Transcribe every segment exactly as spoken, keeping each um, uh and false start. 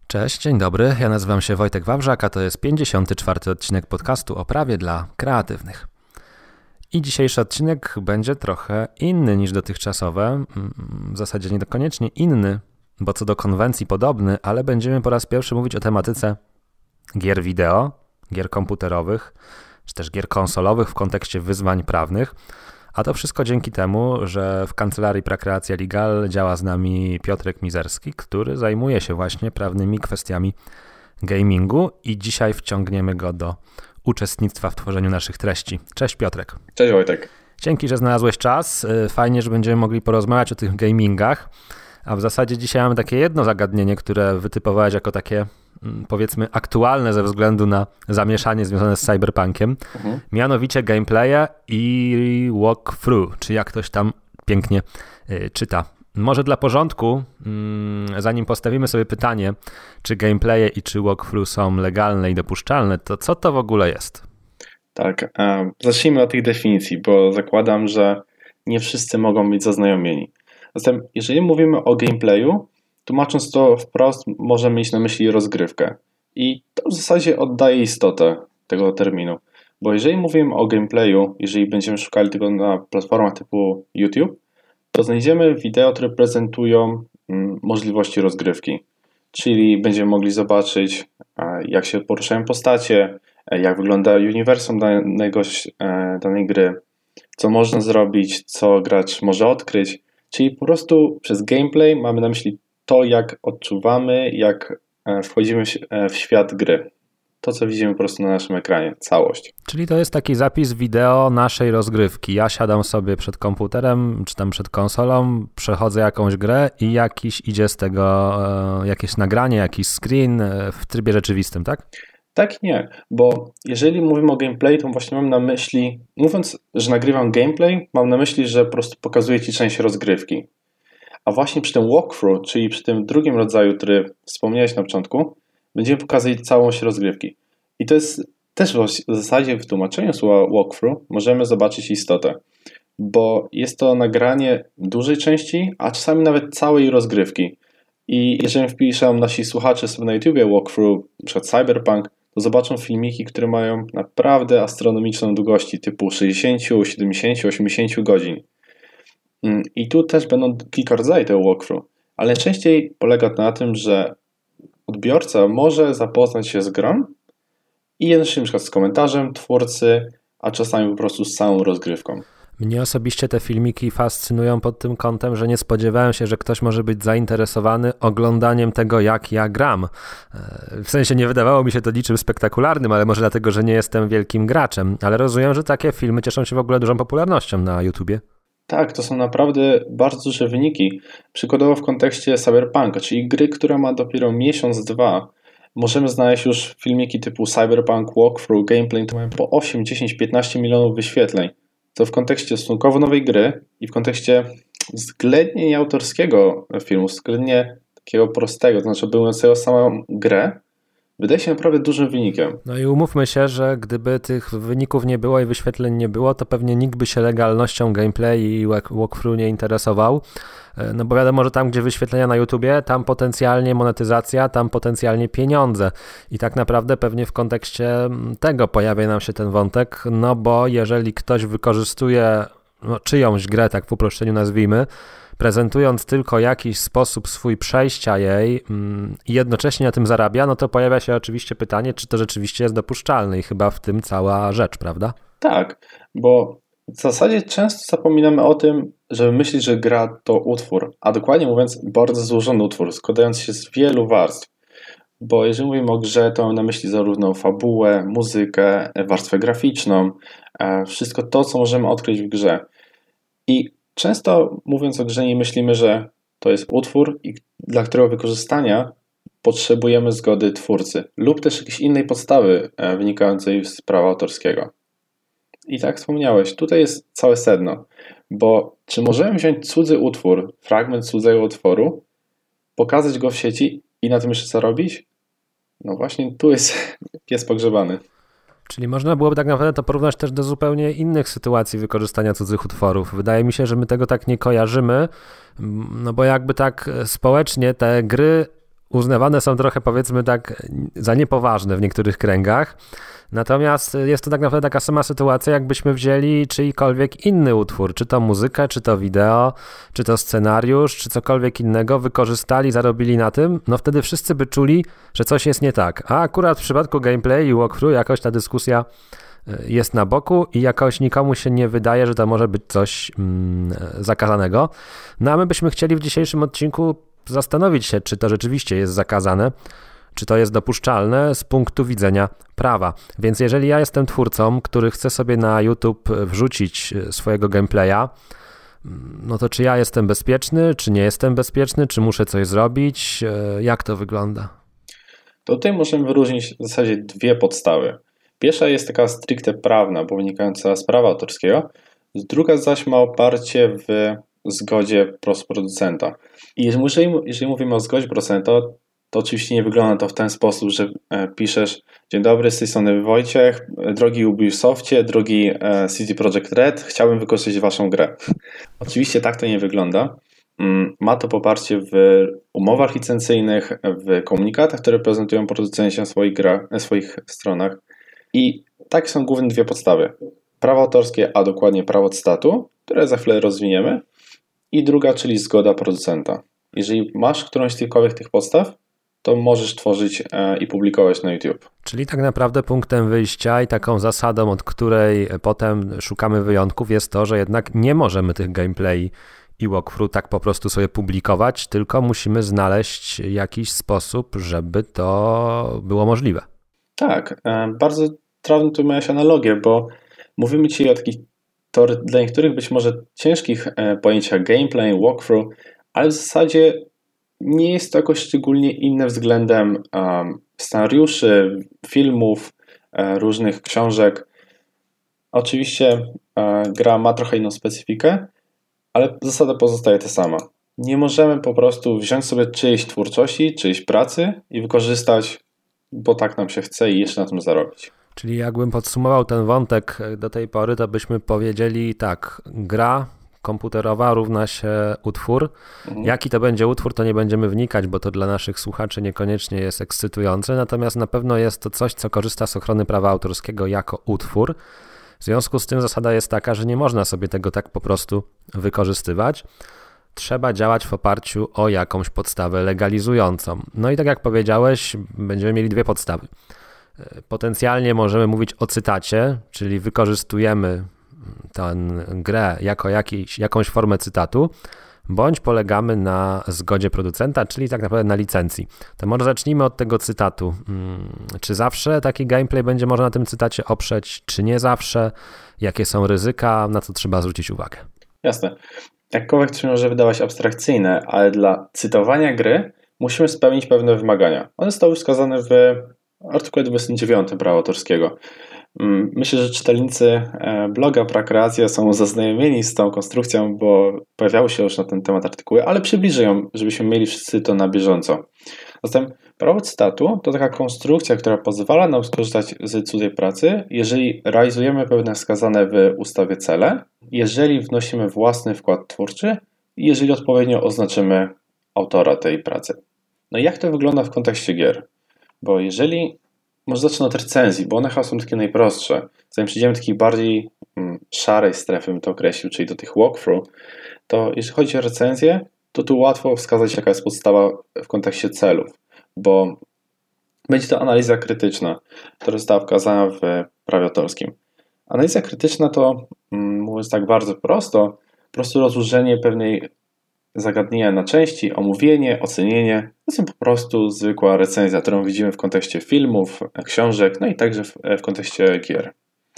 Cześć, dzień dobry, ja nazywam się Wojtek Wawrzak, a to jest pięćdziesiąty czwarty odcinek podcastu o prawie dla kreatywnych. I dzisiejszy odcinek będzie trochę inny niż dotychczasowe, w zasadzie niekoniecznie inny, bo co do konwencji podobny, ale będziemy po raz pierwszy mówić o tematyce gier wideo, gier komputerowych, czy też gier konsolowych w kontekście wyzwań prawnych. A to wszystko dzięki temu, że w kancelarii Prakreacja Legal działa z nami Piotrek Mizerski, który zajmuje się właśnie prawnymi kwestiami gamingu i dzisiaj wciągniemy go do uczestnictwa w tworzeniu naszych treści. Cześć Piotrek. Cześć Wojtek. Dzięki, że znalazłeś czas. Fajnie, że będziemy mogli porozmawiać o tych gamingach, a w zasadzie dzisiaj mamy takie jedno zagadnienie, które wytypowałeś jako takie, powiedzmy, aktualne ze względu na zamieszanie związane z cyberpunkiem, mhm. mianowicie gameplaye i walkthrough, czy jak ktoś tam pięknie y, czyta. Może dla porządku, y, zanim postawimy sobie pytanie, czy gameplaye i czy walkthrough są legalne i dopuszczalne, to co to w ogóle jest? Tak, um, zacznijmy od tych definicji, bo zakładam, że nie wszyscy mogą być zaznajomieni. Zatem, jeżeli mówimy o gameplayu, tłumacząc to wprost, możemy mieć na myśli rozgrywkę. I to w zasadzie oddaje istotę tego terminu. Bo jeżeli mówimy o gameplayu, jeżeli będziemy szukali tego na platformach typu YouTube, to znajdziemy wideo, które prezentują mm, możliwości rozgrywki. Czyli będziemy mogli zobaczyć, jak się poruszają postacie, jak wygląda uniwersum danego, danej gry, co można zrobić, co gracz może odkryć. Czyli po prostu przez gameplay mamy na myśli to, jak odczuwamy, jak wchodzimy w świat gry. To, co widzimy po prostu na naszym ekranie, całość. Czyli to jest taki zapis wideo naszej rozgrywki. Ja siadam sobie przed komputerem, czy tam przed konsolą, przechodzę jakąś grę i jakiś idzie z tego e, jakieś nagranie, jakiś screen w trybie rzeczywistym, tak? Tak, nie, bo jeżeli mówimy o gameplay, to właśnie mam na myśli, mówiąc, że nagrywam gameplay, mam na myśli, że po prostu pokazuję Ci część rozgrywki. A właśnie przy tym walkthrough, czyli przy tym drugim rodzaju, który wspomniałeś na początku, będziemy pokazać całość rozgrywki. I to jest też w zasadzie w tłumaczeniu słowa walkthrough możemy zobaczyć istotę, bo jest to nagranie dużej części, a czasami nawet całej rozgrywki. I jeżeli wpiszą nasi słuchacze sobie na YouTubie walkthrough, np. Cyberpunk, to zobaczą filmiki, które mają naprawdę astronomiczną długości, typu sześćdziesiąt, siedemdziesiąt, osiemdziesiąt godzin. I tu też będą kilka rodzajów tego walkthrough, ale najczęściej polega to na tym, że odbiorca może zapoznać się z grą i jednocześnie np. z komentarzem twórcy, a czasami po prostu z całą rozgrywką. Mnie osobiście te filmiki fascynują pod tym kątem, że nie spodziewałem się, że ktoś może być zainteresowany oglądaniem tego, jak ja gram. W sensie nie wydawało mi się to niczym spektakularnym, ale może dlatego, że nie jestem wielkim graczem. Ale rozumiem, że takie filmy cieszą się w ogóle dużą popularnością na YouTubie. Tak, to są naprawdę bardzo duże wyniki. Przykładowo w kontekście Cyberpunka, czyli gry, która ma dopiero miesiąc, dwa, możemy znaleźć już filmiki typu Cyberpunk, walkthrough, gameplay, to mają po osiem, dziesięć, piętnaście milionów wyświetleń. To w kontekście stosunkowo nowej gry i w kontekście względnie nieautorskiego filmu, względnie takiego prostego, to znaczy obejmującego samą grę, wydaje się naprawdę dużym wynikiem. No i umówmy się, że gdyby tych wyników nie było i wyświetleń nie było, to pewnie nikt by się legalnością gameplay i walkthrough nie interesował. No bo wiadomo, że tam, gdzie wyświetlenia na YouTubie, tam potencjalnie monetyzacja, tam potencjalnie pieniądze. I tak naprawdę pewnie w kontekście tego pojawia nam się ten wątek, no bo jeżeli ktoś wykorzystuje no, czyjąś grę, tak w uproszczeniu nazwijmy, prezentując tylko jakiś sposób swój przejścia jej mm, i jednocześnie na tym zarabia, no to pojawia się oczywiście pytanie, czy to rzeczywiście jest dopuszczalne i chyba w tym cała rzecz, prawda? Tak, bo w zasadzie często zapominamy o tym, żeby myśleć, że gra to utwór, a dokładnie mówiąc bardzo złożony utwór, składający się z wielu warstw. Bo jeżeli mówimy o grze, to mam na myśli zarówno fabułę, muzykę, warstwę graficzną, wszystko to, co możemy odkryć w grze. I często mówiąc o grze nie myślimy, że to jest utwór, i dla którego wykorzystania potrzebujemy zgody twórcy lub też jakiejś innej podstawy wynikającej z prawa autorskiego. I tak wspomniałeś, tutaj jest całe sedno, bo czy możemy wziąć cudzy utwór, fragment cudzego utworu, pokazać go w sieci i na tym jeszcze zarobić? No właśnie tu jest pies pogrzebany. Czyli można byłoby tak naprawdę to porównać też do zupełnie innych sytuacji wykorzystania cudzych utworów. Wydaje mi się, że my tego tak nie kojarzymy, no bo jakby tak społecznie te gry uznawane są trochę, powiedzmy tak, za niepoważne w niektórych kręgach. Natomiast jest to tak naprawdę taka sama sytuacja, jakbyśmy wzięli czyjkolwiek inny utwór, czy to muzykę, czy to wideo, czy to scenariusz, czy cokolwiek innego, wykorzystali, zarobili na tym, no wtedy wszyscy by czuli, że coś jest nie tak. A akurat w przypadku gameplay i walkthrough jakoś ta dyskusja jest na boku i jakoś nikomu się nie wydaje, że to może być coś mm, zakazanego. No a my byśmy chcieli w dzisiejszym odcinku zastanowić się, czy to rzeczywiście jest zakazane, czy to jest dopuszczalne z punktu widzenia prawa. Więc jeżeli ja jestem twórcą, który chce sobie na YouTube wrzucić swojego gameplaya, no to czy ja jestem bezpieczny, czy nie jestem bezpieczny, czy muszę coś zrobić, jak to wygląda? Tutaj możemy wyróżnić w zasadzie dwie podstawy. Pierwsza jest taka stricte prawna, bo wynikająca z prawa autorskiego, druga zaś ma oparcie w zgodzie producenta. I jeżeli, jeżeli mówimy o zgodzie producenta, to oczywiście nie wygląda to w ten sposób, że piszesz: dzień dobry, z tej strony Wojciech, drogi Ubisoftie, drogi C D Projekt Red, chciałbym wykorzystać waszą grę. Oczywiście tak to nie wygląda. Ma to poparcie w umowach licencyjnych, w komunikatach, które prezentują producenci na swoich, gra, na swoich stronach. I takie są główne dwie podstawy. Prawo autorskie, a dokładnie prawo cytatu, które za chwilę rozwiniemy. I druga, czyli zgoda producenta. Jeżeli masz którąś z kilkowych tych podstaw, to możesz tworzyć i publikować na YouTube. Czyli tak naprawdę punktem wyjścia i taką zasadą, od której potem szukamy wyjątków, jest to, że jednak nie możemy tych gameplay i walkthrough tak po prostu sobie publikować, tylko musimy znaleźć jakiś sposób, żeby to było możliwe. Tak, bardzo trawną tu miałeś analogię, bo mówimy dzisiaj o takich dla niektórych być może ciężkich pojęciach gameplay, walkthrough, ale w zasadzie nie jest to jakoś szczególnie inne względem um, scenariuszy, filmów, e, różnych książek. Oczywiście e, gra ma trochę inną specyfikę, ale zasada pozostaje ta sama. Nie możemy po prostu wziąć sobie czyjejś twórczości, czyjejś pracy i wykorzystać, bo tak nam się chce i jeszcze na tym zarobić. Czyli jakbym podsumował ten wątek do tej pory, to byśmy powiedzieli tak: gra komputerowa równa się utwór. Mhm. Jaki to będzie utwór, to nie będziemy wnikać, bo to dla naszych słuchaczy niekoniecznie jest ekscytujące, natomiast na pewno jest to coś, co korzysta z ochrony prawa autorskiego jako utwór. W związku z tym zasada jest taka, że nie można sobie tego tak po prostu wykorzystywać. Trzeba działać w oparciu o jakąś podstawę legalizującą. No i tak jak powiedziałeś, będziemy mieli dwie podstawy. Potencjalnie możemy mówić o cytacie, czyli wykorzystujemy tę grę jako jakiś, jakąś formę cytatu, bądź polegamy na zgodzie producenta, czyli tak naprawdę na licencji. To może zacznijmy od tego cytatu. Czy zawsze taki gameplay będzie można na tym cytacie oprzeć, czy nie zawsze? Jakie są ryzyka? Na co trzeba zwrócić uwagę? Jasne. Jakkolwiek to się może wydawać abstrakcyjne, ale dla cytowania gry musimy spełnić pewne wymagania. One zostały wskazane w artykule dwudziestym dziewiątym prawa autorskiego. Myślę, że czytelnicy bloga Prakreacja są zaznajomieni z tą konstrukcją, bo pojawiały się już na ten temat artykuły, ale przybliżę ją, żebyśmy mieli wszyscy to na bieżąco. Zatem prawo cytatu to taka konstrukcja, która pozwala nam skorzystać z cudzej pracy, jeżeli realizujemy pewne wskazane w ustawie cele, jeżeli wnosimy własny wkład twórczy i jeżeli odpowiednio oznaczymy autora tej pracy. No i jak to wygląda w kontekście gier? Bo jeżeli może zacznę od recenzji, bo one chyba są takie najprostsze. Zanim przejdziemy do takiej bardziej mm, szarej strefy, bym to określił, czyli do tych walkthrough, to jeśli chodzi o recenzję, to tu łatwo wskazać, jaka jest podstawa w kontekście celów, bo będzie to analiza krytyczna, która została wskazana w prawie autorskim. Analiza krytyczna to, mm, mówiąc tak bardzo prosto, po prostu rozłożenie pewnej zagadnienia na części, omówienie, ocenienie. To są po prostu zwykła recenzja, którą widzimy w kontekście filmów, książek, no i także w, w kontekście gier.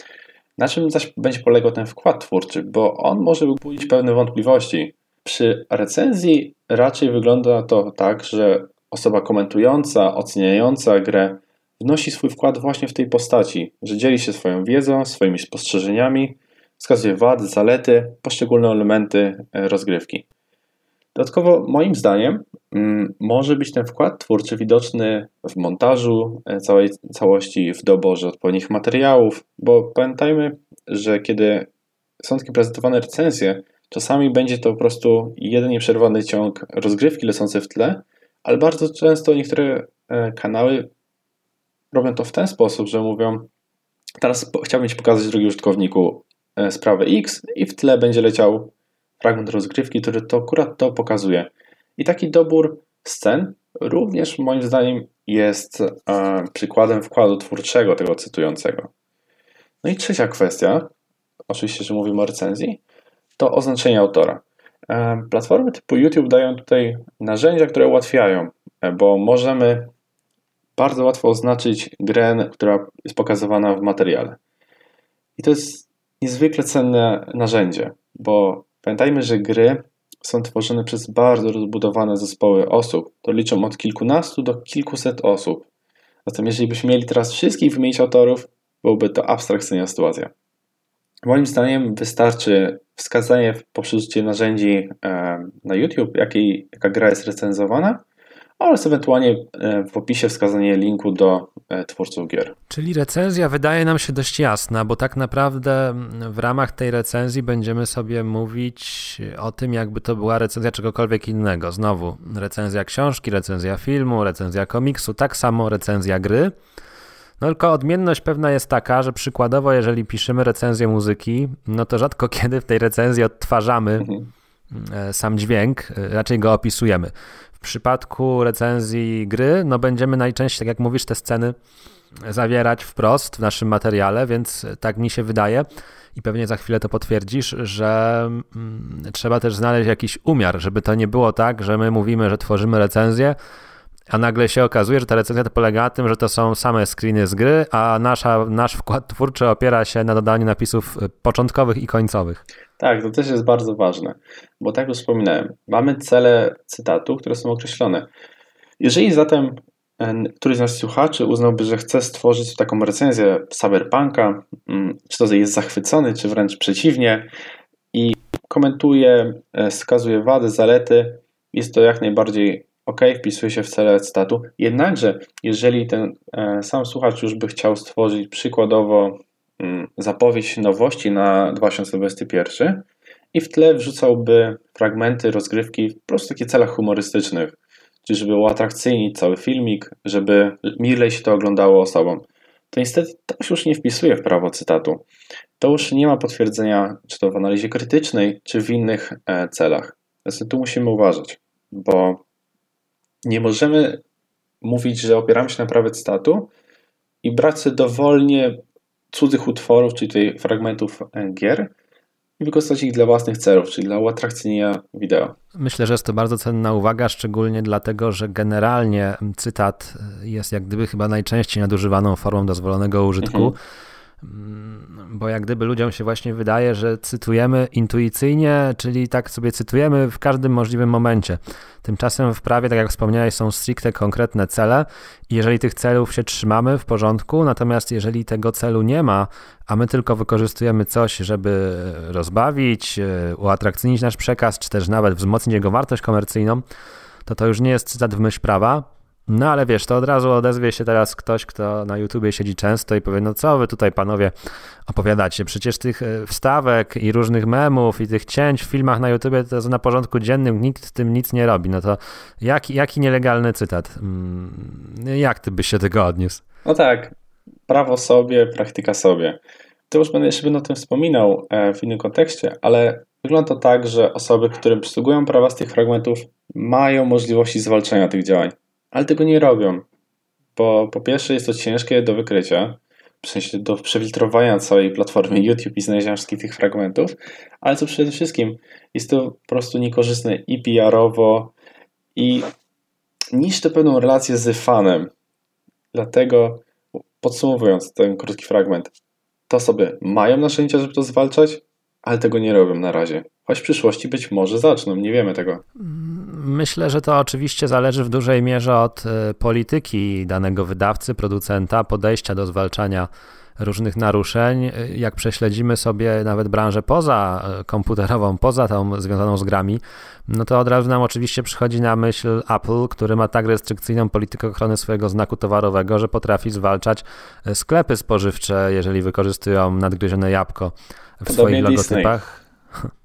Na czym zaś będzie polegał ten wkład twórczy, bo on może budzić pewne wątpliwości. Przy recenzji raczej wygląda to tak, że osoba komentująca, oceniająca grę wnosi swój wkład właśnie w tej postaci, że dzieli się swoją wiedzą, swoimi spostrzeżeniami, wskazuje wady, zalety, poszczególne elementy rozgrywki. Dodatkowo moim zdaniem mm, może być ten wkład twórczy widoczny w montażu całej całości, w doborze odpowiednich materiałów, bo pamiętajmy, że kiedy są takie prezentowane recenzje, czasami będzie to po prostu jeden nieprzerwany ciąg rozgrywki lecący w tle, ale bardzo często niektóre kanały robią to w ten sposób, że mówią, teraz chciałbym Ci pokazać drugi użytkowniku sprawę X i w tle będzie leciał fragment rozgrywki, który to akurat to pokazuje. I taki dobór scen również moim zdaniem jest e, przykładem wkładu twórczego tego cytującego. No i trzecia kwestia, oczywiście, że mówimy o recenzji, to oznaczenie autora. E, platformy typu YouTube dają tutaj narzędzia, które ułatwiają, e, bo możemy bardzo łatwo oznaczyć grę, która jest pokazywana w materiale. I to jest niezwykle cenne narzędzie, bo pamiętajmy, że gry są tworzone przez bardzo rozbudowane zespoły osób. To liczą od kilkunastu do kilkuset osób. Zatem jeżeli byśmy mieli teraz wszystkich wymienić autorów, byłoby to abstrakcyjna sytuacja. Moim zdaniem wystarczy wskazanie poprzez użycie narzędzi na YouTube, jakiej, jaka gra jest recenzowana, oraz ewentualnie w opisie wskazanie linku do twórców gier. Czyli recenzja wydaje nam się dość jasna, bo tak naprawdę w ramach tej recenzji będziemy sobie mówić o tym, jakby to była recenzja czegokolwiek innego. Znowu recenzja książki, recenzja filmu, recenzja komiksu, tak samo recenzja gry. No tylko odmienność pewna jest taka, że przykładowo jeżeli piszemy recenzję muzyki, no to rzadko kiedy w tej recenzji odtwarzamy mhm. sam dźwięk, raczej go opisujemy. W przypadku recenzji gry, no będziemy najczęściej, tak jak mówisz, te sceny zawierać wprost w naszym materiale, więc tak mi się wydaje i pewnie za chwilę to potwierdzisz, że mm, trzeba też znaleźć jakiś umiar, żeby to nie było tak, że my mówimy, że tworzymy recenzję, a nagle się okazuje, że ta recenzja to polega na tym, że to są same screeny z gry, a nasza, nasz wkład twórczy opiera się na dodaniu napisów początkowych i końcowych. Tak, to też jest bardzo ważne, bo tak już wspominałem, mamy cele cytatu, które są określone. Jeżeli zatem któryś z nas słuchaczy uznałby, że chce stworzyć taką recenzję cyberpunka, czy to jest zachwycony, czy wręcz przeciwnie, i komentuje, wskazuje wady, zalety, jest to jak najbardziej ok, wpisuje się w cele cytatu. Jednakże, jeżeli ten sam słuchacz już by chciał stworzyć przykładowo zapowiedź nowości na dwa tysiące dwudziesty pierwszy i w tle wrzucałby fragmenty rozgrywki po prostu w takich celach humorystycznych, czyli żeby uatrakcyjnić cały filmik, żeby milej się to oglądało osobom, to niestety to się już nie wpisuje w prawo cytatu. To już nie ma potwierdzenia, czy to w analizie krytycznej, czy w innych celach. Więc tu musimy uważać, bo nie możemy mówić, że opieramy się na prawie cytatu i brać sobie dowolnie cudzych utworów, czyli tutaj fragmentów gier i wykorzystać ich dla własnych celów, czyli dla uatrakcyjnienia wideo. Myślę, że jest to bardzo cenna uwaga, szczególnie dlatego, że generalnie cytat jest jak gdyby chyba najczęściej nadużywaną formą dozwolonego użytku, mhm. bo jak gdyby ludziom się właśnie wydaje, że cytujemy intuicyjnie, czyli tak sobie cytujemy w każdym możliwym momencie. Tymczasem w prawie, tak jak wspomniałeś, są stricte konkretne cele i jeżeli tych celów się trzymamy, w porządku, natomiast jeżeli tego celu nie ma, a my tylko wykorzystujemy coś, żeby rozbawić, uatrakcyjnić nasz przekaz, czy też nawet wzmocnić jego wartość komercyjną, to to już nie jest cytat w myśl prawa. No ale wiesz, to od razu odezwie się teraz ktoś, kto na YouTubie siedzi często i powie, no co wy tutaj panowie opowiadacie, przecież tych wstawek i różnych memów i tych cięć w filmach na YouTubie to na porządku dziennym nikt z tym nic nie robi, no to jaki, jaki nielegalny cytat? Jak ty byś się tego odniósł? No tak, prawo sobie, praktyka sobie. To już będę jeszcze będę o tym wspominał w innym kontekście, ale wygląda to tak, że osoby, którym przysługują prawa z tych fragmentów, mają możliwości zwalczania tych działań. Ale tego nie robią, bo po pierwsze jest to ciężkie do wykrycia, w sensie do przefiltrowania całej platformy YouTube i znalezienia wszystkich tych fragmentów, ale co przede wszystkim jest to po prostu niekorzystne i P R-owo i niszczy pewną relację z fanem. Dlatego podsumowując ten krótki fragment, to osoby mają narzędzia, żeby to zwalczać, ale tego nie robią na razie. Choć w przyszłości być może zaczną, nie wiemy tego. Myślę, że to oczywiście zależy w dużej mierze od polityki danego wydawcy, producenta, podejścia do zwalczania różnych naruszeń. Jak prześledzimy sobie nawet branżę poza komputerową, poza tą związaną z grami, no to od razu nam oczywiście przychodzi na myśl Apple, który ma tak restrykcyjną politykę ochrony swojego znaku towarowego, że potrafi zwalczać sklepy spożywcze, jeżeli wykorzystują nadgryzione jabłko w Podobnie swoich logotypach. Disney.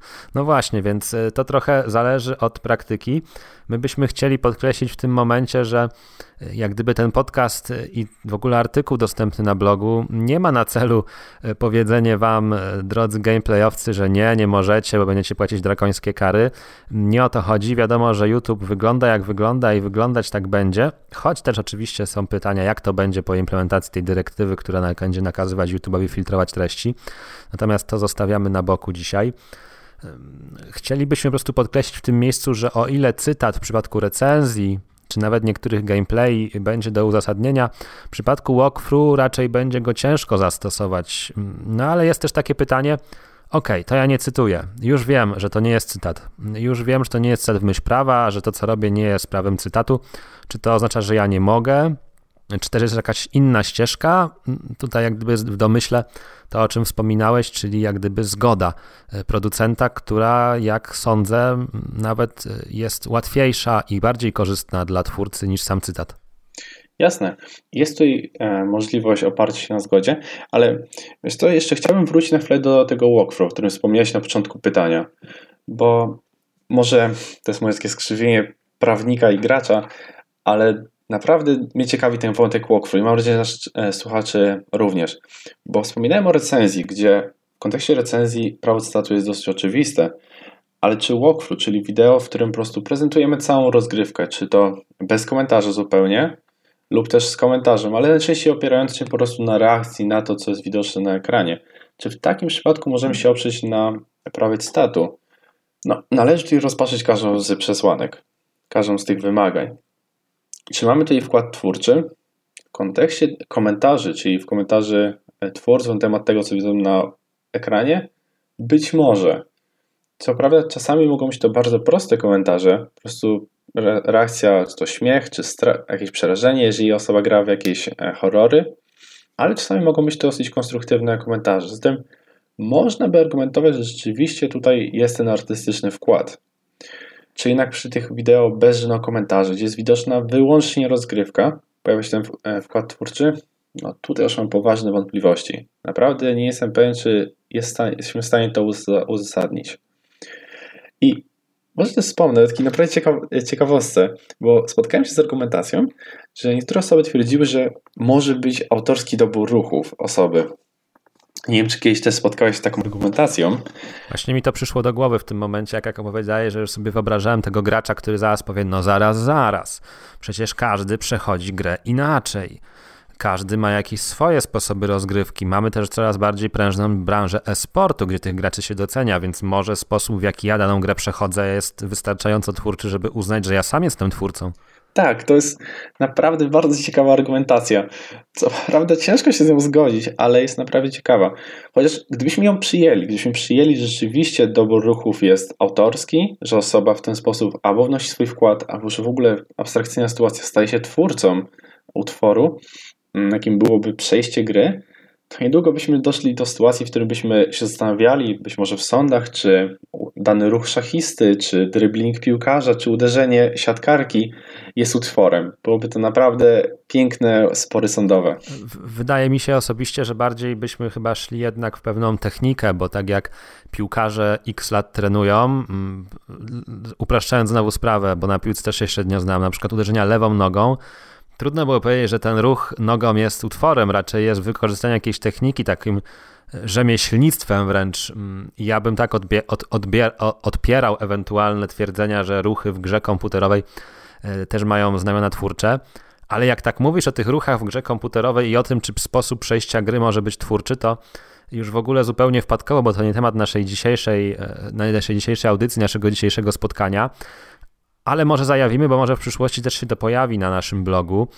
No właśnie, więc to trochę zależy od praktyki. My byśmy chcieli podkreślić w tym momencie, że jak gdyby ten podcast i w ogóle artykuł dostępny na blogu nie ma na celu powiedzenie wam, drodzy gameplayowcy, że nie, nie możecie, bo będziecie płacić drakońskie kary. Nie o to chodzi. Wiadomo, że YouTube wygląda jak wygląda i wyglądać tak będzie, choć też oczywiście są pytania, jak to będzie po implementacji tej dyrektywy, która będzie nakazywać YouTube'owi filtrować treści. Natomiast to zostawiamy na boku dzisiaj. Chcielibyśmy po prostu podkreślić w tym miejscu, że o ile cytat w przypadku recenzji, czy nawet niektórych gameplay będzie do uzasadnienia, w przypadku walkthrough raczej będzie go ciężko zastosować. No ale jest też takie pytanie, ok, to ja nie cytuję. Już wiem, że to nie jest cytat. Już wiem, że to nie jest cytat w myśl prawa, że to, co robię, nie jest prawem cytatu. Czy to oznacza, że ja nie mogę? Czy też jest jakaś inna ścieżka? Tutaj jak gdyby w domyśle to, o czym wspominałeś, czyli jak gdyby zgoda producenta, która, jak sądzę, nawet jest łatwiejsza i bardziej korzystna dla twórcy niż sam cytat. Jasne. Jest tutaj e, możliwość oparcia się na zgodzie, ale wiesz co, jeszcze chciałbym wrócić na chwilę do tego walkthrough, o którym wspomniałeś na początku pytania, bo może to jest moje takie skrzywienie prawnika i gracza, ale naprawdę mnie ciekawi ten wątek walkthrough i mam nadzieję, że nasi słuchacze również, bo wspominałem o recenzji, gdzie w kontekście recenzji prawo cytatu jest dosyć oczywiste, ale czy walkthrough, czyli wideo, w którym po prostu prezentujemy całą rozgrywkę, czy to bez komentarza zupełnie, lub też z komentarzem, ale najczęściej opierając się po prostu na reakcji na to, co jest widoczne na ekranie. Czy w takim przypadku możemy się oprzeć na prawie cytatu? No, należy tutaj rozpatrzyć każdą z przesłanek, każdą z tych wymagań. Czy mamy tutaj wkład twórczy? W kontekście komentarzy, czyli w komentarzy twórców na temat tego, co widzą na ekranie? Być może. Co prawda czasami mogą być to bardzo proste komentarze, po prostu reakcja, czy to śmiech, czy stra- jakieś przerażenie, jeżeli osoba gra w jakieś e, horrory, ale czasami mogą być to dosyć konstruktywne komentarze. Zatem można by argumentować, że rzeczywiście tutaj jest ten artystyczny wkład. Czy jednak przy tych wideo bez żadnego komentarzy, gdzie jest widoczna wyłącznie rozgrywka, pojawia się ten w- wkład twórczy? No tutaj już mam poważne wątpliwości. Naprawdę nie jestem pewien, czy jest sta- jesteśmy w stanie to uz- uzasadnić. I może też wspomnę, taki naprawdę ciekaw- ciekawostce, bo spotkałem się z argumentacją, że niektóre osoby twierdziły, że może być autorski dobór ruchów osoby. Nie wiem, czy kiedyś też spotkałeś się z taką argumentacją. Właśnie mi to przyszło do głowy w tym momencie, jak, jak opowiedziałeś, że już sobie wyobrażałem tego gracza, który zaraz powie, no zaraz, zaraz, przecież każdy przechodzi grę inaczej. Każdy ma jakieś swoje sposoby rozgrywki. Mamy też coraz bardziej prężną branżę e-sportu, gdzie tych graczy się docenia, więc może sposób, w jaki ja daną grę przechodzę, jest wystarczająco twórczy, żeby uznać, że ja sam jestem twórcą. Tak, to jest naprawdę bardzo ciekawa argumentacja. Co prawda ciężko się z nią zgodzić, ale jest naprawdę ciekawa. Chociaż gdybyśmy ją przyjęli, gdybyśmy przyjęli, że rzeczywiście dobór ruchów jest autorski, że osoba w ten sposób albo wnosi swój wkład, albo że w ogóle abstrakcyjna sytuacja staje się twórcą utworu, jakim byłoby przejście gry, to niedługo byśmy doszli do sytuacji, w której byśmy się zastanawiali, być może w sądach, czy dany ruch szachisty, czy dribbling piłkarza, czy uderzenie siatkarki jest utworem. Byłoby to naprawdę piękne spory sądowe. Wydaje mi się osobiście, że bardziej byśmy chyba szli jednak w pewną technikę, bo tak jak piłkarze x lat trenują, upraszczając znowu sprawę, bo na piłce też się średnio znam, na przykład uderzenia lewą nogą, trudno było powiedzieć, że ten ruch nogą jest utworem, raczej jest wykorzystanie jakiejś techniki, takim rzemieślnictwem wręcz. Ja bym tak odbie- od, odbier- odpierał ewentualne twierdzenia, że ruchy w grze komputerowej też mają znamiona twórcze, ale jak tak mówisz o tych ruchach w grze komputerowej i o tym, czy sposób przejścia gry może być twórczy, to już w ogóle zupełnie wpadkowo, bo to nie temat naszej dzisiejszej, naszej dzisiejszej audycji, naszego dzisiejszego spotkania, ale może zajawimy, bo może w przyszłości też się to pojawi na naszym blogu.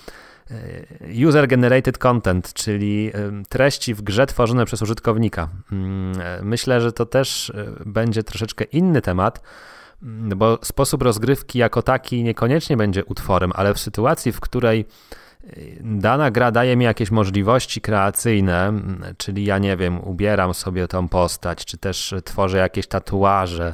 User-generated content, czyli treści w grze tworzone przez użytkownika. Myślę, że to też będzie troszeczkę inny temat, bo sposób rozgrywki jako taki niekoniecznie będzie utworem, ale w sytuacji, w której dana gra daje mi jakieś możliwości kreacyjne, czyli ja nie wiem, ubieram sobie tą postać, czy też tworzę jakieś tatuaże,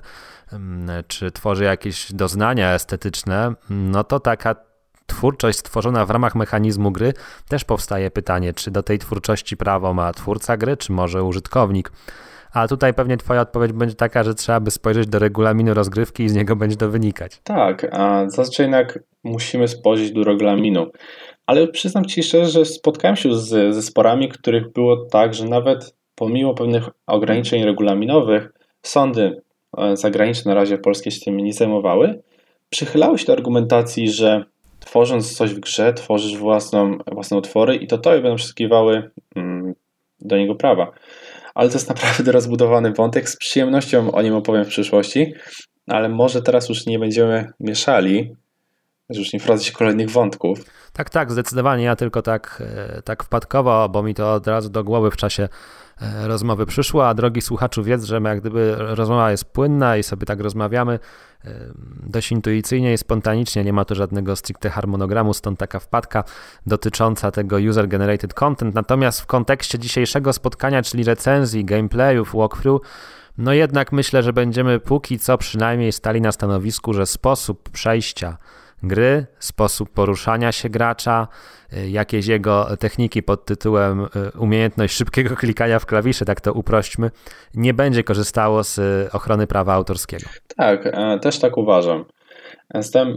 czy tworzy jakieś doznania estetyczne, no to taka twórczość stworzona w ramach mechanizmu gry też powstaje pytanie, czy do tej twórczości prawo ma twórca gry, czy może użytkownik. A tutaj pewnie twoja odpowiedź będzie taka, że trzeba by spojrzeć do regulaminu rozgrywki i z niego będzie to wynikać. Tak, a zazwyczaj jednak musimy spojrzeć do regulaminu. Ale przyznam ci szczerze, że spotkałem się z, ze sporami, których było tak, że nawet pomimo pewnych ograniczeń regulaminowych sądy zagraniczne, na razie polskie się tym nie zajmowały, przychylały się do argumentacji, że tworząc coś w grze, tworzysz własną, własne utwory i to tobie będą przysługiwały mm, do niego prawa. Ale to jest naprawdę rozbudowany wątek, z przyjemnością o nim opowiem w przyszłości, ale może teraz już nie będziemy mieszali, że już nie wprowadzać kolejnych wątków. Tak, tak, zdecydowanie. Ja tylko tak, tak wpadkowo, bo mi to od razu do głowy w czasie rozmowy przyszło, a drogi słuchaczu, wiedz, że jak gdyby rozmowa jest płynna i sobie tak rozmawiamy dość intuicyjnie i spontanicznie, nie ma tu żadnego stricte harmonogramu, stąd taka wpadka dotycząca tego user-generated content. Natomiast w kontekście dzisiejszego spotkania, czyli recenzji, gameplayów, walkthrough, no jednak myślę, że będziemy póki co przynajmniej stali na stanowisku, że sposób przejścia gry, sposób poruszania się gracza, jakieś jego techniki pod tytułem umiejętność szybkiego klikania w klawisze, tak to uprośćmy, nie będzie korzystało z ochrony prawa autorskiego. Tak, też tak uważam. Zatem,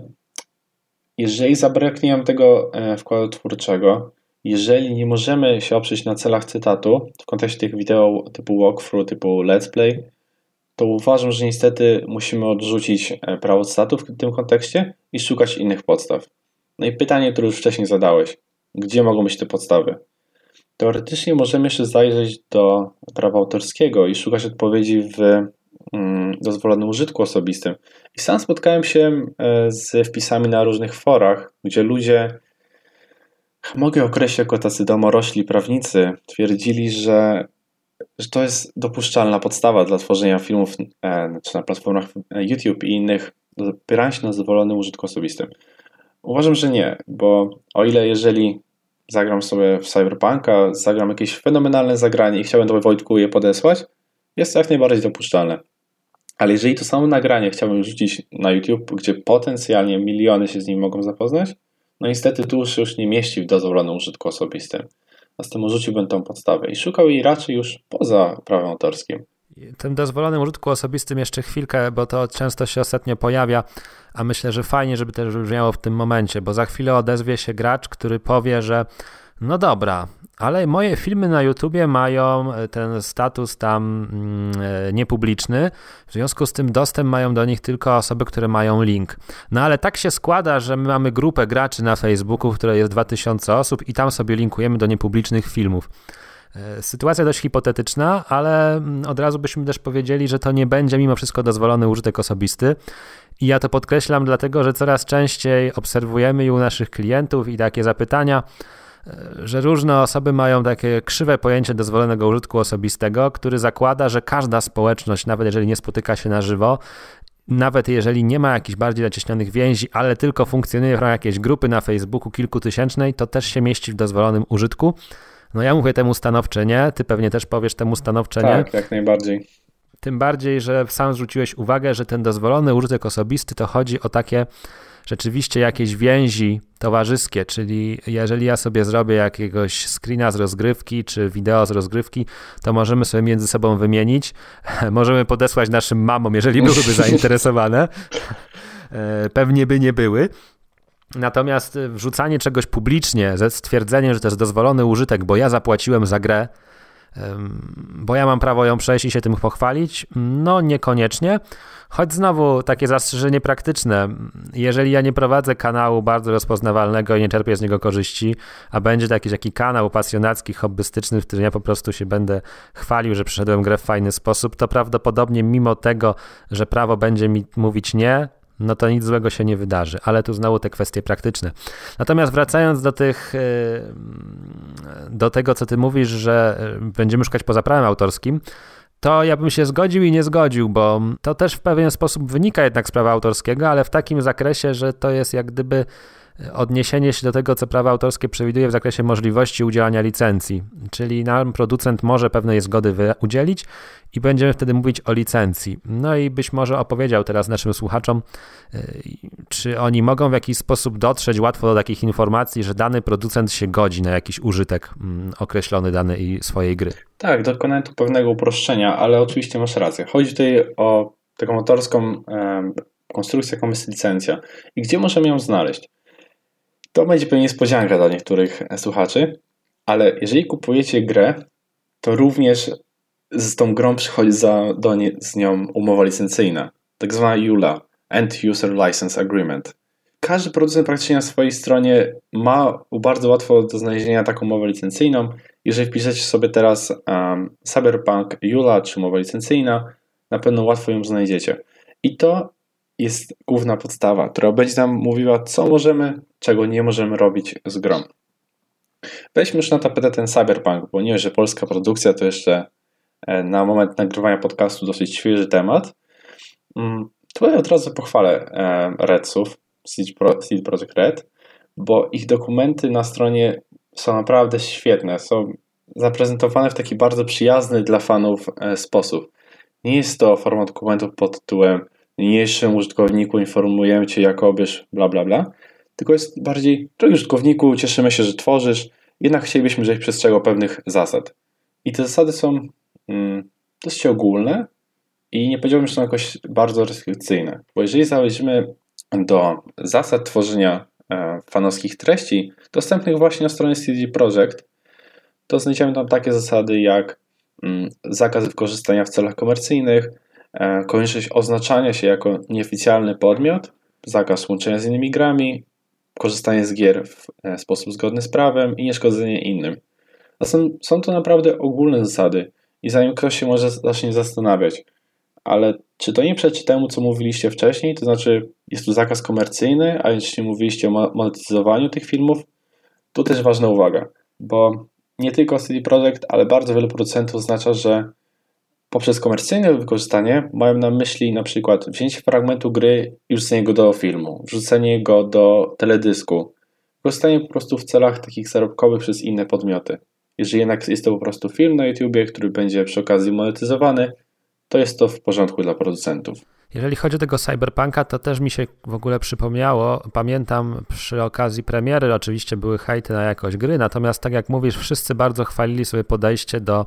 jeżeli zabraknie nam tego wkładu twórczego, jeżeli nie możemy się oprzeć na celach cytatu w kontekście tych wideo typu walkthrough, typu let's play, to uważam, że niestety musimy odrzucić prawo cytatu w tym kontekście i szukać innych podstaw. No i pytanie, które już wcześniej zadałeś. Gdzie mogą być te podstawy? Teoretycznie możemy jeszcze zajrzeć do prawa autorskiego i szukać odpowiedzi w mm, dozwolonym użytku osobistym. I sam spotkałem się z wpisami na różnych forach, gdzie ludzie, mogę określić jako tacy domorośli prawnicy, twierdzili, że że to jest dopuszczalna podstawa dla tworzenia filmów e, czy na platformach YouTube i innych, do opierania się na dozwolonym użytku osobistym. Uważam, że nie, bo o ile jeżeli zagram sobie w Cyberpunka, zagram jakieś fenomenalne zagranie i chciałbym do Wojtku je podesłać, jest to jak najbardziej dopuszczalne. Ale jeżeli to samo nagranie chciałbym rzucić na YouTube, gdzie potencjalnie miliony się z nim mogą zapoznać, no niestety tu już, już nie mieści w dozwolonym użytku osobistym. Następnie rzuciłbym tą podstawę i szukał jej raczej już poza prawem autorskim. Tym dozwolonym użytku osobistym jeszcze chwilkę, bo to często się ostatnio pojawia, a myślę, że fajnie, żeby też brzmiało w tym momencie, bo za chwilę odezwie się gracz, który powie, że no dobra, ale moje filmy na YouTubie mają ten status tam niepubliczny, w związku z tym dostęp mają do nich tylko osoby, które mają link. No ale tak się składa, że my mamy grupę graczy na Facebooku, w której jest dwa tysiące osób i tam sobie linkujemy do niepublicznych filmów. Sytuacja dość hipotetyczna, ale od razu byśmy też powiedzieli, że to nie będzie mimo wszystko dozwolony użytek osobisty. I ja to podkreślam dlatego, że coraz częściej obserwujemy i u naszych klientów i takie zapytania, że różne osoby mają takie krzywe pojęcie dozwolonego użytku osobistego, który zakłada, że każda społeczność, nawet jeżeli nie spotyka się na żywo, nawet jeżeli nie ma jakichś bardziej zacieśnionych więzi, ale tylko funkcjonuje w ramach jakiejś grupy na Facebooku kilkutysięcznej, to też się mieści w dozwolonym użytku. No ja mówię temu stanowcze nie, ty pewnie też powiesz temu stanowcze nie. Tak, jak najbardziej. Tym bardziej, że sam zwróciłeś uwagę, że ten dozwolony użytek osobisty to chodzi o takie rzeczywiście jakieś więzi towarzyskie, czyli jeżeli ja sobie zrobię jakiegoś screena z rozgrywki czy wideo z rozgrywki, to możemy sobie między sobą wymienić, możemy podesłać naszym mamom, jeżeli byłyby zainteresowane, pewnie by nie były. Natomiast wrzucanie czegoś publicznie ze stwierdzeniem, że to jest dozwolony użytek, bo ja zapłaciłem za grę, bo ja mam prawo ją przejść i się tym pochwalić, no niekoniecznie, choć znowu takie zastrzeżenie praktyczne, jeżeli ja nie prowadzę kanału bardzo rozpoznawalnego i nie czerpię z niego korzyści, a będzie to jakiś taki kanał pasjonacki, hobbystyczny, w którym ja po prostu się będę chwalił, że przeszedłem grę w fajny sposób, to prawdopodobnie mimo tego, że prawo będzie mi mówić nie, no to nic złego się nie wydarzy, ale tu znowu te kwestie praktyczne. Natomiast wracając do tych, do tego, co ty mówisz, że będziemy szukać poza prawem autorskim, to ja bym się zgodził i nie zgodził, bo to też w pewien sposób wynika jednak z prawa autorskiego, ale w takim zakresie, że to jest jak gdyby odniesienie się do tego, co prawo autorskie przewiduje w zakresie możliwości udzielania licencji. Czyli nam producent może pewnej zgody udzielić i będziemy wtedy mówić o licencji. No i być może opowiedział teraz naszym słuchaczom, czy oni mogą w jakiś sposób dotrzeć łatwo do takich informacji, że dany producent się godzi na jakiś użytek określony danej swojej gry. Tak, dokonałem tu pewnego uproszczenia, ale oczywiście masz rację. Chodzi tutaj o taką autorską e, konstrukcję, jaką jest licencja. I gdzie możemy ją znaleźć? To będzie pewnie niespodzianka dla niektórych słuchaczy, ale jeżeli kupujecie grę, to również z tą grą przychodzi za, do nie, z nią umowa licencyjna, tak zwana E U L A, End User License Agreement. Każdy producent praktycznie na swojej stronie ma bardzo łatwo do znalezienia taką umowę licencyjną. Jeżeli wpiszecie sobie teraz um, Cyberpunk E U L A czy umowa licencyjna, na pewno łatwo ją znajdziecie. I to jest główna podstawa, która będzie nam mówiła, co możemy, czego nie możemy robić z grą. Weźmy już na tapetę ten Cyberpunk, bo nie, że polska produkcja to jeszcze na moment nagrywania podcastu dosyć świeży temat. Tutaj od razu pochwalę Redsów, C D Projekt Red, bo ich dokumenty na stronie są naprawdę świetne, są zaprezentowane w taki bardzo przyjazny dla fanów sposób. Nie jest to forma dokumentów pod tytułem niniejszym użytkowniku informujemy Cię, jakobyż bla bla bla, tylko jest bardziej, drogi użytkowniku, cieszymy się, że tworzysz, jednak chcielibyśmy, żebyś przestrzegał pewnych zasad. I te zasady są mm, dosyć ogólne i nie powiedziałbym, że są jakoś bardzo restrykcyjne, bo jeżeli zajrzymy do zasad tworzenia e, fanowskich treści dostępnych właśnie na stronie C D Projekt, to znajdziemy tam takie zasady jak mm, zakaz wykorzystania w celach komercyjnych, e, konieczność oznaczania się jako nieoficjalny podmiot, zakaz łączenia z innymi grami, korzystanie z gier w e, sposób zgodny z prawem i nieszkodzenie innym. A są, są to naprawdę ogólne zasady i zanim ktoś się może zacznie zastanawiać, ale czy to nie przeczy temu, co mówiliście wcześniej, to znaczy jest tu zakaz komercyjny, a jeśli mówiliście o monetyzowaniu tych filmów, to też ważna uwaga, bo nie tylko C D Projekt, ale bardzo wielu producentów oznacza, że poprzez komercyjne wykorzystanie mają na myśli na przykład wzięcie fragmentu gry i wrzucenie go do filmu, wrzucenie go do teledysku, wykorzystanie po prostu w celach takich zarobkowych przez inne podmioty. Jeżeli jednak jest to po prostu film na YouTubie, który będzie przy okazji monetyzowany, to jest to w porządku dla producentów. Jeżeli chodzi o tego Cyberpunka, to też mi się w ogóle przypomniało, pamiętam przy okazji premiery oczywiście były hejty na jakość gry, natomiast tak jak mówisz, wszyscy bardzo chwalili sobie podejście do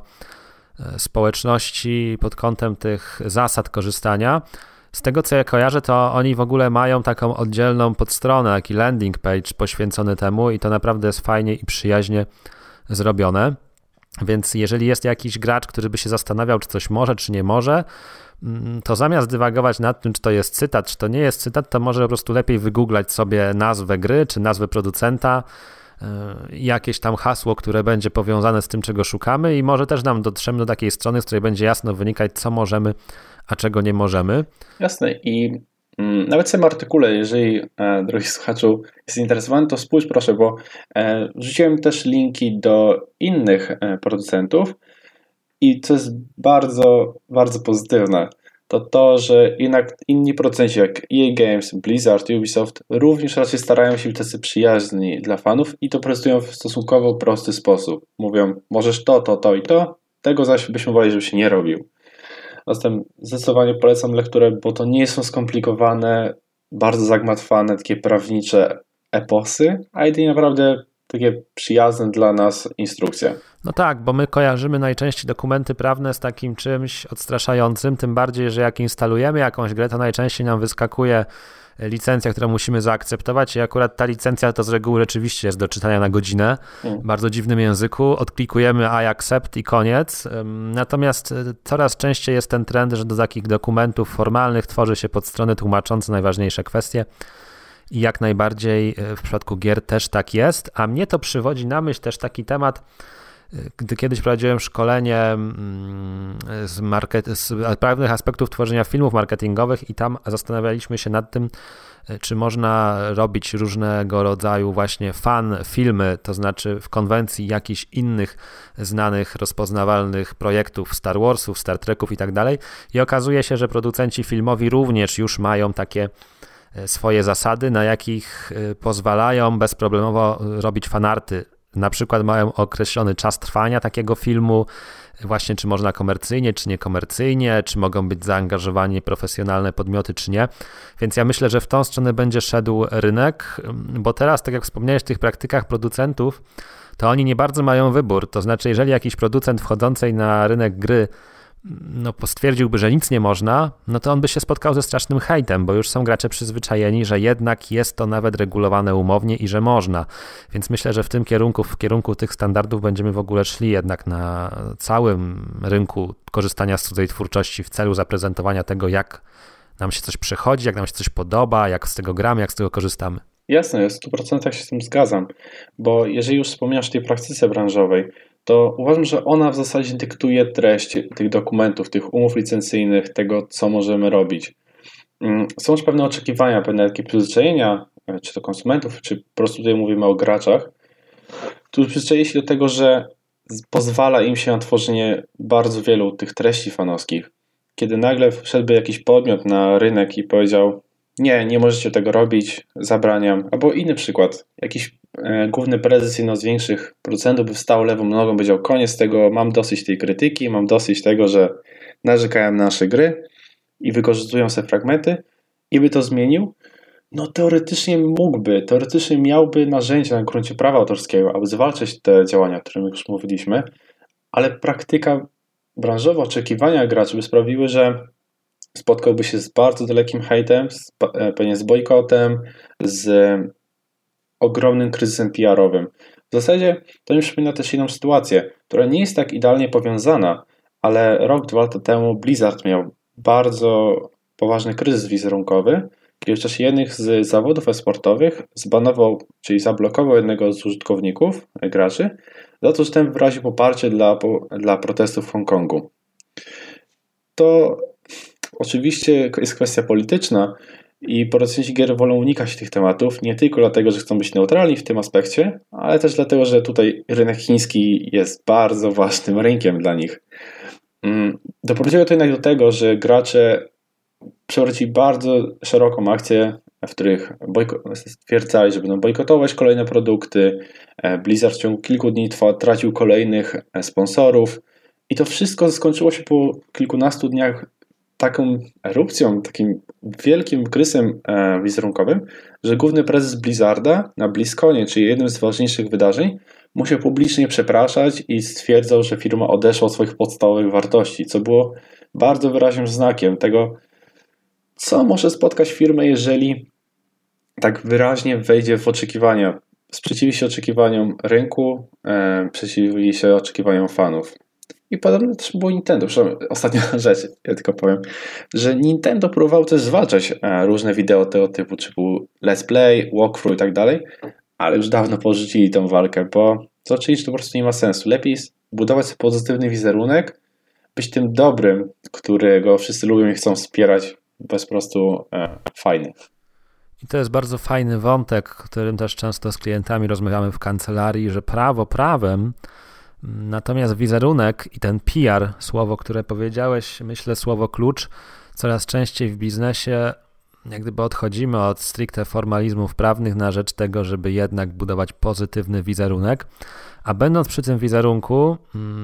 społeczności pod kątem tych zasad korzystania. Z tego co ja kojarzę, to oni w ogóle mają taką oddzielną podstronę, taki landing page poświęcony temu i to naprawdę jest fajnie i przyjaźnie zrobione. Więc jeżeli jest jakiś gracz, który by się zastanawiał, czy coś może, czy nie może, to zamiast dywagować nad tym, czy to jest cytat, czy to nie jest cytat, to może po prostu lepiej wygooglać sobie nazwę gry, czy nazwę producenta, jakieś tam hasło, które będzie powiązane z tym, czego szukamy i może też nam dotrzemy do takiej strony, z której będzie jasno wynikać, co możemy, a czego nie możemy. Jasne i mm, nawet w tym artykule, jeżeli e, drogi słuchaczu jest zainteresowany, to spójrz proszę, bo e, wrzuciłem też linki do innych e, producentów i co jest bardzo, bardzo pozytywne, to to, że jednak inni producenci jak E A Games, Blizzard, Ubisoft również raczej starają się być tacy przyjaźni dla fanów i to prezentują w stosunkowo prosty sposób. Mówią, możesz to, to, to i to, tego zaś byśmy woleli, żebyś nie robił. Zatem zdecydowanie polecam lekturę, bo to nie są skomplikowane, bardzo zagmatwane, takie prawnicze eposy, a jedynie naprawdę takie przyjazne dla nas instrukcje. No tak, bo my kojarzymy najczęściej dokumenty prawne z takim czymś odstraszającym, tym bardziej, że jak instalujemy jakąś grę, to najczęściej nam wyskakuje licencja, którą musimy zaakceptować i akurat ta licencja to z reguły rzeczywiście jest do czytania na godzinę, w bardzo dziwnym języku, odklikujemy I accept i koniec. Natomiast coraz częściej jest ten trend, że do takich dokumentów formalnych tworzy się podstrony tłumaczące najważniejsze kwestie i jak najbardziej w przypadku gier też tak jest, a mnie to przywodzi na myśl też taki temat, gdy kiedyś prowadziłem szkolenie z, market, z pewnych aspektów tworzenia filmów marketingowych i tam zastanawialiśmy się nad tym, czy można robić różnego rodzaju właśnie fan filmy, to znaczy w konwencji jakichś innych znanych, rozpoznawalnych projektów Star Warsów, Star Treków i tak dalej. I okazuje się, że producenci filmowi również już mają takie swoje zasady, na jakich pozwalają bezproblemowo robić fanarty. Na przykład mają określony czas trwania takiego filmu, właśnie czy można komercyjnie, czy niekomercyjnie, czy mogą być zaangażowani profesjonalne podmioty, czy nie. Więc ja myślę, że w tą stronę będzie szedł rynek, bo teraz, tak jak wspomniałeś, w tych praktykach producentów, to oni nie bardzo mają wybór. To znaczy, jeżeli jakiś producent wchodzący na rynek gry no, stwierdziłby, że nic nie można, no to on by się spotkał ze strasznym hejtem, bo już są gracze przyzwyczajeni, że jednak jest to nawet regulowane umownie i że można. Więc myślę, że w tym kierunku, w kierunku tych standardów będziemy w ogóle szli jednak na całym rynku korzystania z cudzej twórczości w celu zaprezentowania tego, jak nam się coś przychodzi, jak nam się coś podoba, jak z tego gramy, jak z tego korzystamy. Jasne, w stu procentach się z tym zgadzam, bo jeżeli już wspomniałeś o tej praktyce branżowej, to uważam, że ona w zasadzie dyktuje treść tych dokumentów, tych umów licencyjnych, tego, co możemy robić. Są już pewne oczekiwania, pewne takie przyzwyczajenia, czy to konsumentów, czy po prostu tutaj mówimy o graczach, którzy przyzwyczaili się do tego, że pozwala im się na tworzenie bardzo wielu tych treści fanowskich. Kiedy nagle wszedłby jakiś podmiot na rynek i powiedział: nie, nie możecie tego robić, zabraniam. Albo inny przykład, jakiś e, główny prezes jednego z większych producentów by wstał lewą nogą, powiedział: koniec tego, mam dosyć tej krytyki, mam dosyć tego, że narzekają na nasze gry i wykorzystują sobie fragmenty, i by to zmienił, no teoretycznie mógłby, teoretycznie miałby narzędzia na gruncie prawa autorskiego, aby zwalczać te działania, o których już mówiliśmy, ale praktyka branżowa, oczekiwania graczy by sprawiły, że spotkałby się z bardzo dalekim hejtem, z, pewnie z bojkotem, z ogromnym kryzysem P R-owym. W zasadzie to mi przypomina też inną sytuację, która nie jest tak idealnie powiązana, ale rok, dwa lata temu Blizzard miał bardzo poważny kryzys wizerunkowy, kiedy w czasie jednych z zawodów e-sportowych zbanował, czyli zablokował jednego z użytkowników, graczy, za to, że ten wyraził poparcie dla, dla protestów w Hongkongu. To oczywiście jest kwestia polityczna i producenci gier wolą unikać tych tematów, nie tylko dlatego, że chcą być neutralni w tym aspekcie, ale też dlatego, że tutaj rynek chiński jest bardzo ważnym rynkiem dla nich. Doprowadziło to jednak do tego, że gracze przeprowadzili bardzo szeroką akcję, w których bojko- stwierdzali, że będą bojkotować kolejne produkty. Blizzard w ciągu kilku dni trwa, tracił kolejnych sponsorów i to wszystko skończyło się po kilkunastu dniach taką erupcją, takim wielkim krysem e, wizerunkowym, że główny prezes Blizzarda na BlizzConie, czyli jednym z ważniejszych wydarzeń, musiał publicznie przepraszać i stwierdzał, że firma odeszła od swoich podstawowych wartości, co było bardzo wyraźnym znakiem tego, co może spotkać firmę, jeżeli tak wyraźnie wejdzie w oczekiwania, sprzeciwi się oczekiwaniom rynku, e, sprzeciwi się oczekiwaniom fanów. I podobno też było Nintendo. Ostatnia rzecz, ja tylko powiem, że Nintendo próbowało też zwalczać różne wideo tego typu, typu let's play, walkthrough i tak dalej, ale już dawno porzucili tę walkę, bo zobaczyli, że to po prostu nie ma sensu. Lepiej budować sobie pozytywny wizerunek, być tym dobrym, którego wszyscy lubią i chcą wspierać, bo jest po prostu e, fajny. I to jest bardzo fajny wątek, którym też często z klientami rozmawiamy w kancelarii, że prawo prawem, natomiast wizerunek i ten P R, słowo, które powiedziałeś, myślę słowo klucz, coraz częściej w biznesie jak gdyby odchodzimy od stricte formalizmów prawnych na rzecz tego, żeby jednak budować pozytywny wizerunek, a będąc przy tym wizerunku,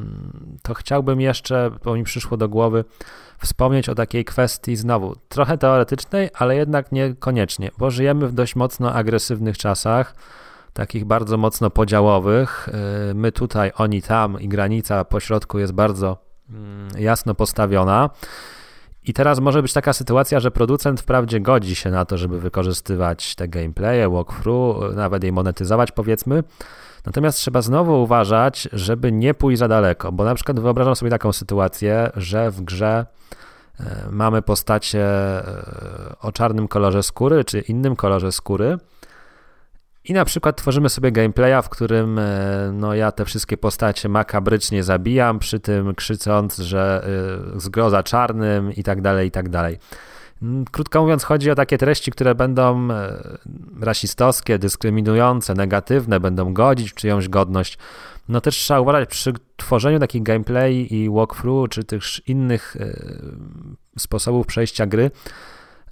to chciałbym jeszcze, bo mi przyszło do głowy, wspomnieć o takiej kwestii znowu trochę teoretycznej, ale jednak niekoniecznie, bo żyjemy w dość mocno agresywnych czasach, takich bardzo mocno podziałowych. My tutaj, oni tam i granica pośrodku jest bardzo jasno postawiona. I teraz może być taka sytuacja, że producent wprawdzie godzi się na to, żeby wykorzystywać te gameplaye, walkthrough, nawet je monetyzować powiedzmy, natomiast trzeba znowu uważać, żeby nie pójść za daleko, bo na przykład wyobrażam sobie taką sytuację, że w grze mamy postacie o czarnym kolorze skóry, czy innym kolorze skóry, i na przykład tworzymy sobie gameplaya, w którym no, ja te wszystkie postacie makabrycznie zabijam, przy tym krzycząc, że y, zgroza czarnym i tak dalej, i tak dalej. Krótko mówiąc, chodzi o takie treści, które będą rasistowskie, dyskryminujące, negatywne, będą godzić w czyjąś godność. No też trzeba uważać przy tworzeniu takich gameplay i walkthrough, czy tych innych y, sposobów przejścia gry,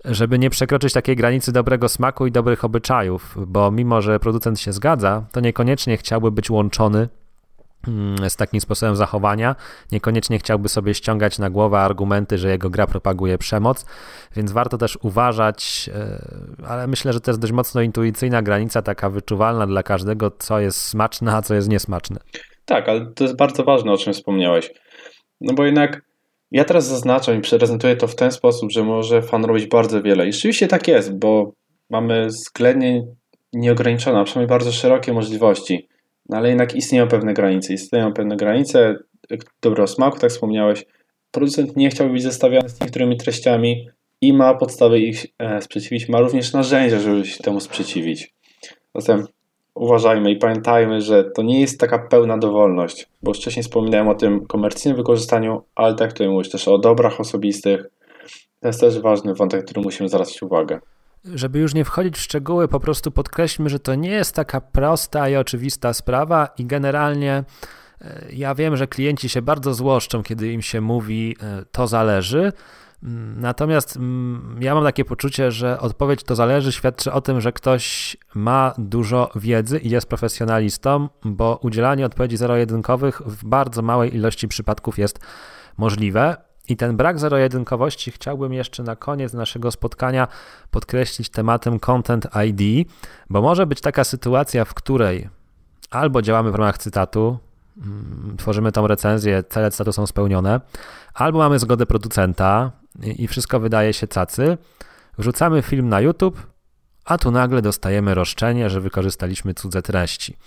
żeby nie przekroczyć takiej granicy dobrego smaku i dobrych obyczajów, bo mimo, że producent się zgadza, to niekoniecznie chciałby być łączony z takim sposobem zachowania, niekoniecznie chciałby sobie ściągać na głowę argumenty, że jego gra propaguje przemoc, więc warto też uważać, ale myślę, że to jest dość mocno intuicyjna granica, taka wyczuwalna dla każdego, co jest smaczne, a co jest niesmaczne. Tak, ale to jest bardzo ważne, o czym wspomniałeś. No bo jednak ja teraz zaznaczam i prezentuję to w ten sposób, że może fan robić bardzo wiele. I rzeczywiście tak jest, bo mamy względnie nieograniczone, a przynajmniej bardzo szerokie możliwości. No ale jednak istnieją pewne granice. Istnieją pewne granice dobrego smaku, tak wspomniałeś. Producent nie chciałby być zestawiany z niektórymi treściami i ma podstawy ich e, sprzeciwić. Ma również narzędzia, żeby się temu sprzeciwić. Zatem uważajmy i pamiętajmy, że to nie jest taka pełna dowolność, bo już wcześniej wspominałem o tym komercyjnym wykorzystaniu, ale tak tutaj mówisz też o dobrach osobistych. To jest też ważny wątek, który musimy zwracać uwagę. Żeby już nie wchodzić w szczegóły, po prostu podkreślmy, że to nie jest taka prosta i oczywista sprawa i generalnie ja wiem, że klienci się bardzo złoszczą, kiedy im się mówi to zależy, natomiast ja mam takie poczucie, że odpowiedź to zależy świadczy o tym, że ktoś ma dużo wiedzy i jest profesjonalistą, bo udzielanie odpowiedzi zero-jedynkowych w bardzo małej ilości przypadków jest możliwe. I ten brak zero-jedynkowości chciałbym jeszcze na koniec naszego spotkania podkreślić tematem Content I D, bo może być taka sytuacja, w której albo działamy w ramach cytatu, tworzymy tą recenzję, cele cytatu są spełnione, albo mamy zgodę producenta i wszystko wydaje się cacy, wrzucamy film na YouTube, a tu nagle dostajemy roszczenie, że wykorzystaliśmy cudze treści.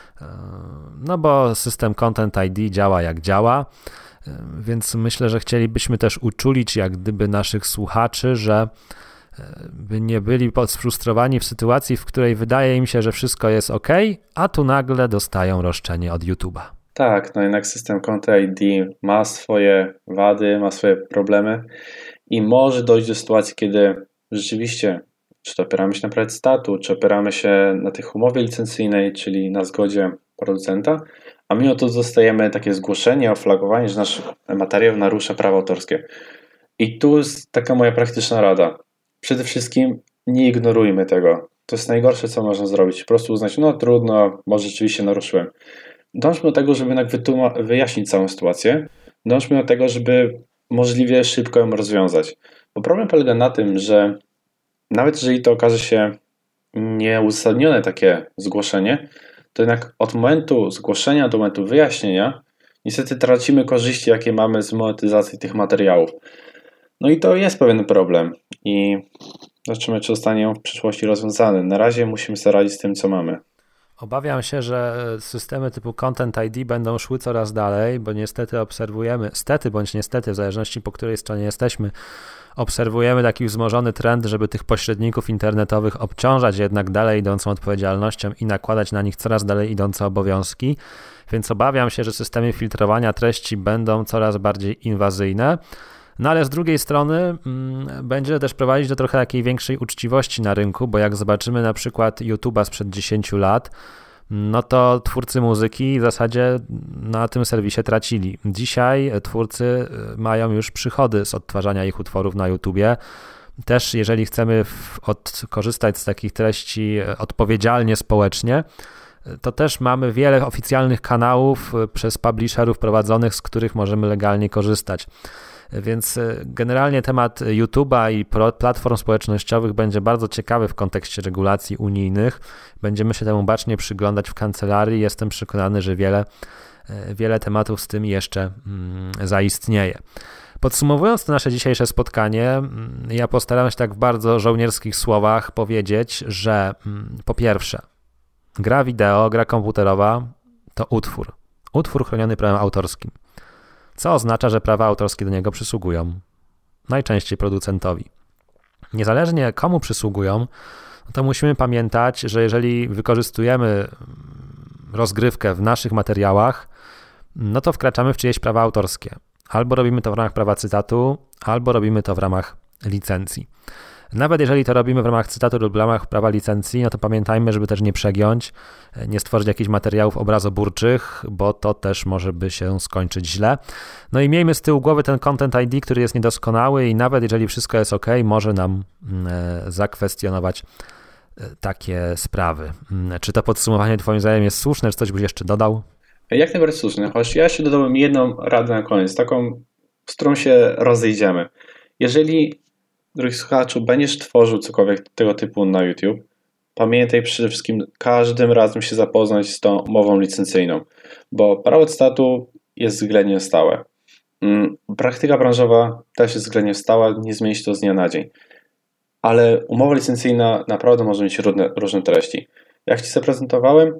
No bo system Content I D działa jak działa, więc myślę, że chcielibyśmy też uczulić jak gdyby naszych słuchaczy, że by nie byli sfrustrowani w sytuacji, w której wydaje im się, że wszystko jest ok, a tu nagle dostają roszczenie od YouTube'a. Tak, no jednak system Content I D ma swoje wady, ma swoje problemy i może dojść do sytuacji, kiedy rzeczywiście czy to opieramy się na prawie cytatu, czy opieramy się na tej umowie licencyjnej, czyli na zgodzie producenta, a mimo to dostajemy takie zgłoszenie, oflagowanie, że nasz materiał narusza prawa autorskie. I tu jest taka moja praktyczna rada. Przede wszystkim nie ignorujmy tego. To jest najgorsze, co można zrobić. Po prostu uznać, no trudno, może rzeczywiście naruszyłem. Dążmy do tego, żeby jednak wytłuma- wyjaśnić całą sytuację. Dążmy do tego, żeby możliwie szybko ją rozwiązać. Bo problem polega na tym, że nawet jeżeli to okaże się nieuzasadnione takie zgłoszenie, to jednak od momentu zgłoszenia do momentu wyjaśnienia niestety tracimy korzyści, jakie mamy z monetyzacji tych materiałów. No i to jest pewien problem i zobaczymy, czy zostanie on w przyszłości rozwiązany. Na razie musimy sobie radzić z tym, co mamy. Obawiam się, że systemy typu Content I D będą szły coraz dalej, bo niestety obserwujemy, stety bądź niestety, w zależności po której stronie jesteśmy, obserwujemy taki wzmożony trend, żeby tych pośredników internetowych obciążać jednak dalej idącą odpowiedzialnością i nakładać na nich coraz dalej idące obowiązki, więc obawiam się, że systemy filtrowania treści będą coraz bardziej inwazyjne. No ale z drugiej strony mm, będzie też prowadzić do trochę takiej większej uczciwości na rynku, bo jak zobaczymy na przykład YouTube'a sprzed dziesięciu lat, no to twórcy muzyki w zasadzie na tym serwisie tracili. Dzisiaj twórcy mają już przychody z odtwarzania ich utworów na YouTubie. Też jeżeli chcemy w, od, korzystać z takich treści odpowiedzialnie społecznie, to też mamy wiele oficjalnych kanałów przez publisherów prowadzonych, z których możemy legalnie korzystać. Więc generalnie temat YouTube'a i platform społecznościowych będzie bardzo ciekawy w kontekście regulacji unijnych. Będziemy się temu bacznie przyglądać w kancelarii. Jestem przekonany, że wiele, wiele tematów z tym jeszcze zaistnieje. Podsumowując to nasze dzisiejsze spotkanie, ja postaram się tak w bardzo żołnierskich słowach powiedzieć, że po pierwsze, gra wideo, gra komputerowa to utwór. Utwór chroniony prawem autorskim. Co oznacza, że prawa autorskie do niego przysługują. Najczęściej producentowi. Niezależnie komu przysługują, to musimy pamiętać, że jeżeli wykorzystujemy rozgrywkę w naszych materiałach, no to wkraczamy w czyjeś prawa autorskie. Albo robimy to w ramach prawa cytatu, albo robimy to w ramach licencji. Nawet jeżeli to robimy w ramach cytatu lub w ramach prawa licencji, no to pamiętajmy, żeby też nie przegiąć, nie stworzyć jakichś materiałów obrazoburczych, bo to też może by się skończyć źle. No i miejmy z tyłu głowy ten Content I D, który jest niedoskonały i nawet jeżeli wszystko jest ok, może nam zakwestionować takie sprawy. Czy to podsumowanie twoim zdaniem jest słuszne, czy coś byś jeszcze dodał? Jak najbardziej słuszne, choć ja jeszcze dodałbym jedną radę na koniec, taką, z którą się rozejdziemy. Jeżeli, drogi słuchaczu, będziesz tworzył cokolwiek tego typu na YouTube, pamiętaj przede wszystkim każdym razem się zapoznać z tą umową licencyjną, bo prawo cytatu jest względnie stałe. Praktyka branżowa też jest względnie stała, nie zmieni się to z dnia na dzień. Ale umowa licencyjna naprawdę może mieć różne, różne treści. Jak Ci zaprezentowałem,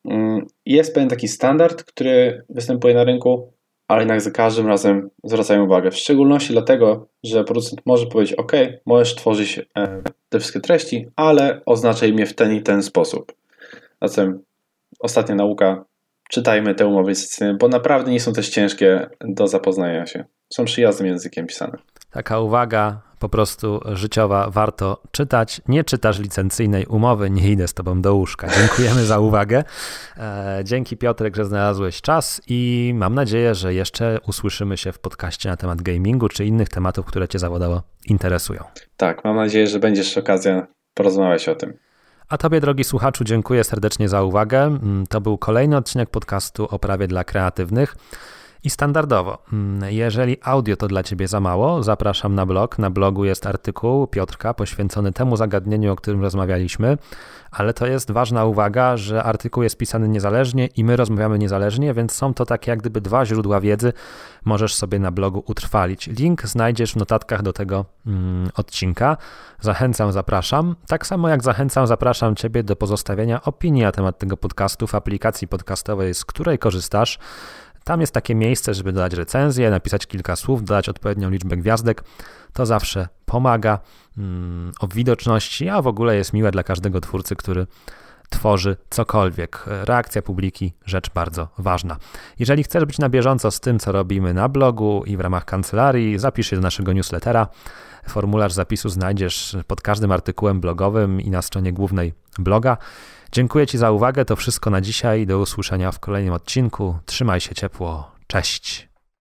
jest pewien taki standard, który występuje na rynku, ale jednak za każdym razem zwracają uwagę. W szczególności dlatego, że producent może powiedzieć: OK, możesz tworzyć te wszystkie treści, ale oznaczaj mnie w ten i ten sposób. Zatem ostatnia nauka, czytajmy te umowy licencyjne, bo naprawdę nie są też ciężkie do zapoznania się. Są przyjaznym językiem pisane. Taka uwaga po prostu życiowa, warto czytać. Nie czytasz licencyjnej umowy, nie idę z tobą do łóżka. Dziękujemy za uwagę. Dzięki, Piotrek, że znalazłeś czas i mam nadzieję, że jeszcze usłyszymy się w podcaście na temat gamingu czy innych tematów, które cię zawodowo interesują. Tak, mam nadzieję, że będzie jeszcze okazja porozmawiać o tym. A tobie, drogi słuchaczu, dziękuję serdecznie za uwagę. To był kolejny odcinek podcastu o prawie dla kreatywnych. I standardowo, jeżeli audio to dla Ciebie za mało, zapraszam na blog. Na blogu jest artykuł Piotrka poświęcony temu zagadnieniu, o którym rozmawialiśmy, ale to jest ważna uwaga, że artykuł jest pisany niezależnie i my rozmawiamy niezależnie, więc są to takie jak gdyby dwa źródła wiedzy, możesz sobie na blogu utrwalić. Link znajdziesz w notatkach do tego mm, odcinka. Zachęcam, zapraszam. Tak samo jak zachęcam, zapraszam Ciebie do pozostawienia opinii na temat tego podcastu w aplikacji podcastowej, z której korzystasz. Tam jest takie miejsce, żeby dodać recenzję, napisać kilka słów, dodać odpowiednią liczbę gwiazdek. To zawsze pomaga mm, o widoczności, a w ogóle jest miłe dla każdego twórcy, który tworzy cokolwiek. Reakcja publiki, rzecz bardzo ważna. Jeżeli chcesz być na bieżąco z tym, co robimy na blogu i w ramach kancelarii, zapisz się do naszego newslettera. Formularz zapisu znajdziesz pod każdym artykułem blogowym i na stronie głównej bloga. Dziękuję Ci za uwagę, to wszystko na dzisiaj, do usłyszenia w kolejnym odcinku. Trzymaj się ciepło, cześć!